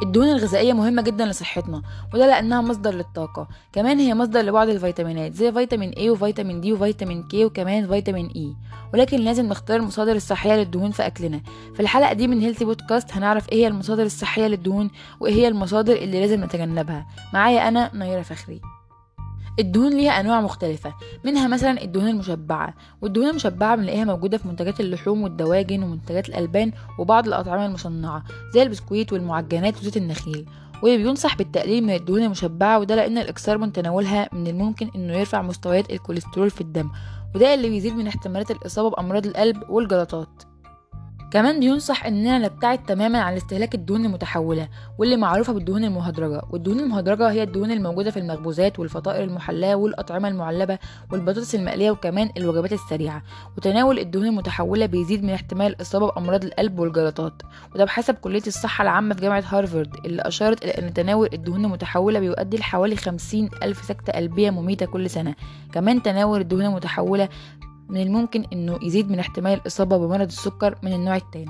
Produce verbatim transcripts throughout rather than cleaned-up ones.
الدهون الغذائية مهمة جدا لصحتنا، وده لأنها مصدر للطاقة. كمان هي مصدر لبعض الفيتامينات زي فيتامين A وفيتامين D وفيتامين K وكمان فيتامين E. ولكن لازم نختار المصادر الصحية للدهون في أكلنا. في الحلقة دي من هيلثي بودكاست هنعرف ايه هي المصادر الصحية للدهون وايه هي المصادر اللي لازم نتجنبها. معايا أنا نيرة فخري. الدهون ليها انواع مختلفه، منها مثلا الدهون المشبعه، والدهون المشبعه بنلاقيها موجوده في منتجات اللحوم والدواجن ومنتجات الالبان وبعض الاطعمه المصنعه زي البسكويت والمعجنات وزيت النخيل. واللي بينصح بالتقليل من الدهون المشبعه، وده لان الاكثار من تناولها من الممكن انه يرفع مستويات الكوليسترول في الدم، وده اللي بيزيد من احتمالات الاصابه بامراض القلب والجلطات. كمان بينصح اننا نبتعد تماما عن استهلاك الدهون المتحوله واللي معروفه بالدهون المهدرجه. والدهون المهدرجه هي الدهون الموجوده في المخبوزات والفطائر المحلاه والاطعمه المعلبه والبطاطس المقليه وكمان الوجبات السريعه. وتناول الدهون المتحوله بيزيد من احتمال الاصابه بامراض القلب والجلطات، وده بحسب كليه الصحه العامه في جامعه هارفارد اللي اشارت الى ان تناول الدهون المتحوله بيؤدي لحوالي خمسين الف سكته قلبيه مميته كل سنه. كمان تناول الدهون المتحوله من الممكن انه يزيد من احتمال الاصابه بمرض السكر من النوع الثاني.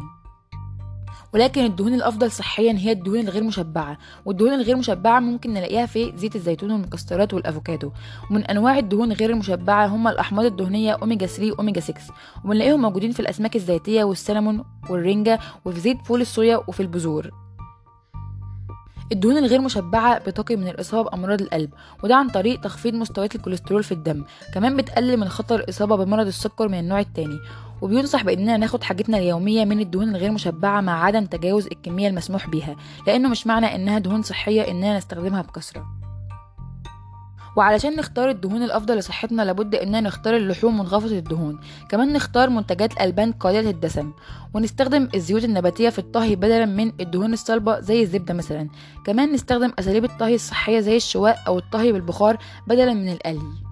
ولكن الدهون الافضل صحيا هي الدهون الغير مشبعه، والدهون الغير مشبعه ممكن نلاقيها في زيت الزيتون والمكسرات والافوكادو. ومن انواع الدهون غير المشبعه هم الاحماض الدهنيه اوميجا ثلاثة واوميجا ستة، وبنلاقيهم موجودين في الاسماك الزيتيه والسلمون والرنجه وفي زيت فول الصويا وفي البذور. الدهون الغير مشبعة بتقي من الإصابة بأمراض القلب، وده عن طريق تخفيض مستويات الكوليسترول في الدم. كمان بتقلل من خطر الإصابة بمرض السكر من النوع الثاني. وبينصح بأننا ناخد حاجتنا اليومية من الدهون الغير مشبعة مع عدم تجاوز الكمية المسموح بيها، لأنه مش معنى إنها دهون صحية إننا نستخدمها بكثرة. وعلشان نختار الدهون الافضل لصحتنا لابد اننا نختار اللحوم منخفضه الدهون. كمان نختار منتجات الالبان قليله الدسم، ونستخدم الزيوت النباتيه في الطهي بدلا من الدهون الصلبه زي الزبده مثلا. كمان نستخدم اساليب الطهي الصحيه زي الشواء او الطهي بالبخار بدلا من القلي.